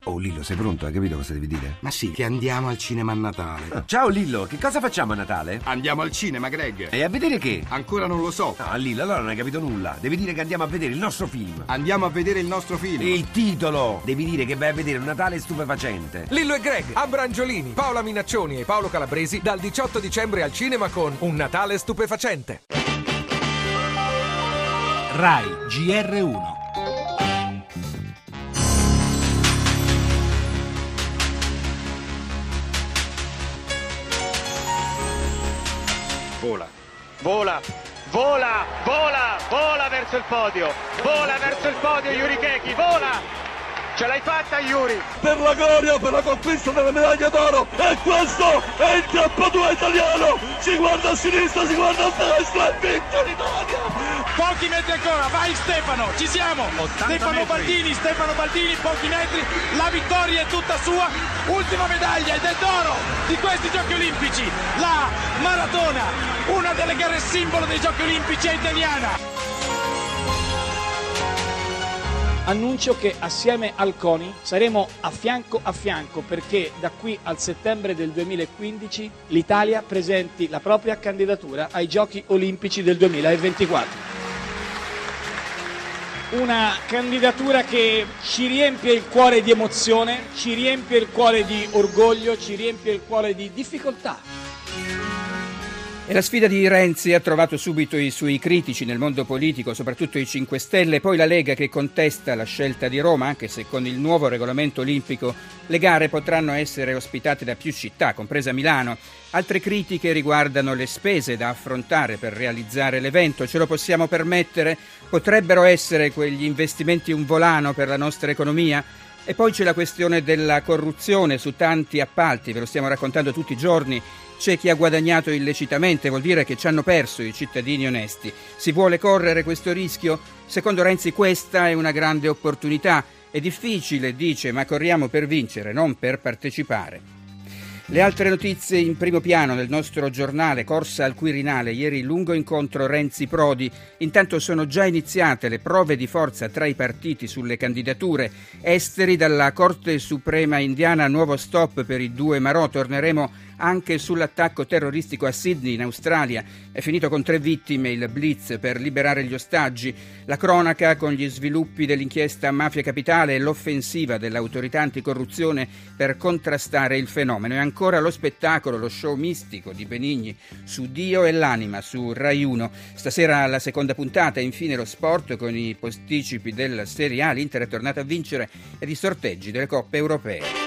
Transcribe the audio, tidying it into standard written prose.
Oh Lillo, sei pronto? Hai capito cosa devi dire? Ma sì, che andiamo al cinema a Natale. Ciao Lillo, che cosa facciamo a Natale? Andiamo al cinema, Greg. E a vedere che? Ancora non lo so. No, Lillo, allora non hai capito nulla. Devi dire che andiamo a vedere il nostro film. Andiamo a vedere il nostro film. Il titolo! Devi dire che vai a vedere un Natale stupefacente. Lillo e Greg, Abrangiolini, Paola Minaccioni e Paolo Calabresi dal 18 dicembre al cinema con Un Natale stupefacente. Rai GR1. Vola, vola, vola, vola, vola verso il podio, vola verso il podio Yuri Keki, vola! Ce l'hai fatta Yuri! Per la gloria, per la conquista della medaglia d'oro, e questo è il tempo 2 italiano! Si guarda a sinistra, si guarda a destra, e vince l'Italia! Pochi metri ancora, vai Stefano, ci siamo! Stefano Baldini, pochi metri, la vittoria è tutta sua, ultima medaglia ed è d'oro di questi Giochi Olimpici, la maratona, una delle gare simbolo dei Giochi Olimpici è italiana. Annuncio che assieme al CONI saremo a fianco perché da qui al settembre del 2015 l'Italia presenti la propria candidatura ai Giochi Olimpici del 2024. Una candidatura che ci riempie il cuore di emozione, ci riempie il cuore di orgoglio, ci riempie il cuore di difficoltà. E la sfida di Renzi ha trovato subito i suoi critici nel mondo politico, soprattutto i 5 Stelle, poi la Lega che contesta la scelta di Roma, anche se con il nuovo regolamento olimpico le gare potranno essere ospitate da più città, compresa Milano. Altre critiche riguardano le spese da affrontare per realizzare l'evento, ce lo possiamo permettere? Potrebbero essere quegli investimenti un volano per la nostra economia? E poi c'è la questione della corruzione su tanti appalti, ve lo stiamo raccontando tutti i giorni. C'è chi ha guadagnato illecitamente, vuol dire che ci hanno perso i cittadini onesti. Si vuole correre questo rischio? Secondo Renzi questa è una grande opportunità. È difficile, dice, ma corriamo per vincere, non per partecipare. Le altre notizie in primo piano nel nostro giornale, corsa al Quirinale, ieri lungo incontro Renzi-Prodi. Intanto sono già iniziate le prove di forza tra i partiti sulle candidature. Esteri dalla Corte Suprema indiana, nuovo stop per i 2 Marò. Torneremo anche sull'attacco terroristico a Sydney, in Australia. È finito con 3 vittime il blitz per liberare gli ostaggi. La cronaca con gli sviluppi dell'inchiesta Mafia Capitale e l'offensiva dell'autorità anticorruzione per contrastare il fenomeno. E ancora lo spettacolo, lo show mistico di Benigni su Dio e l'anima su Rai 1. Stasera la seconda puntata e infine lo sport con i posticipi della Serie A. L'Inter è tornato a vincere ed i sorteggi delle coppe europee.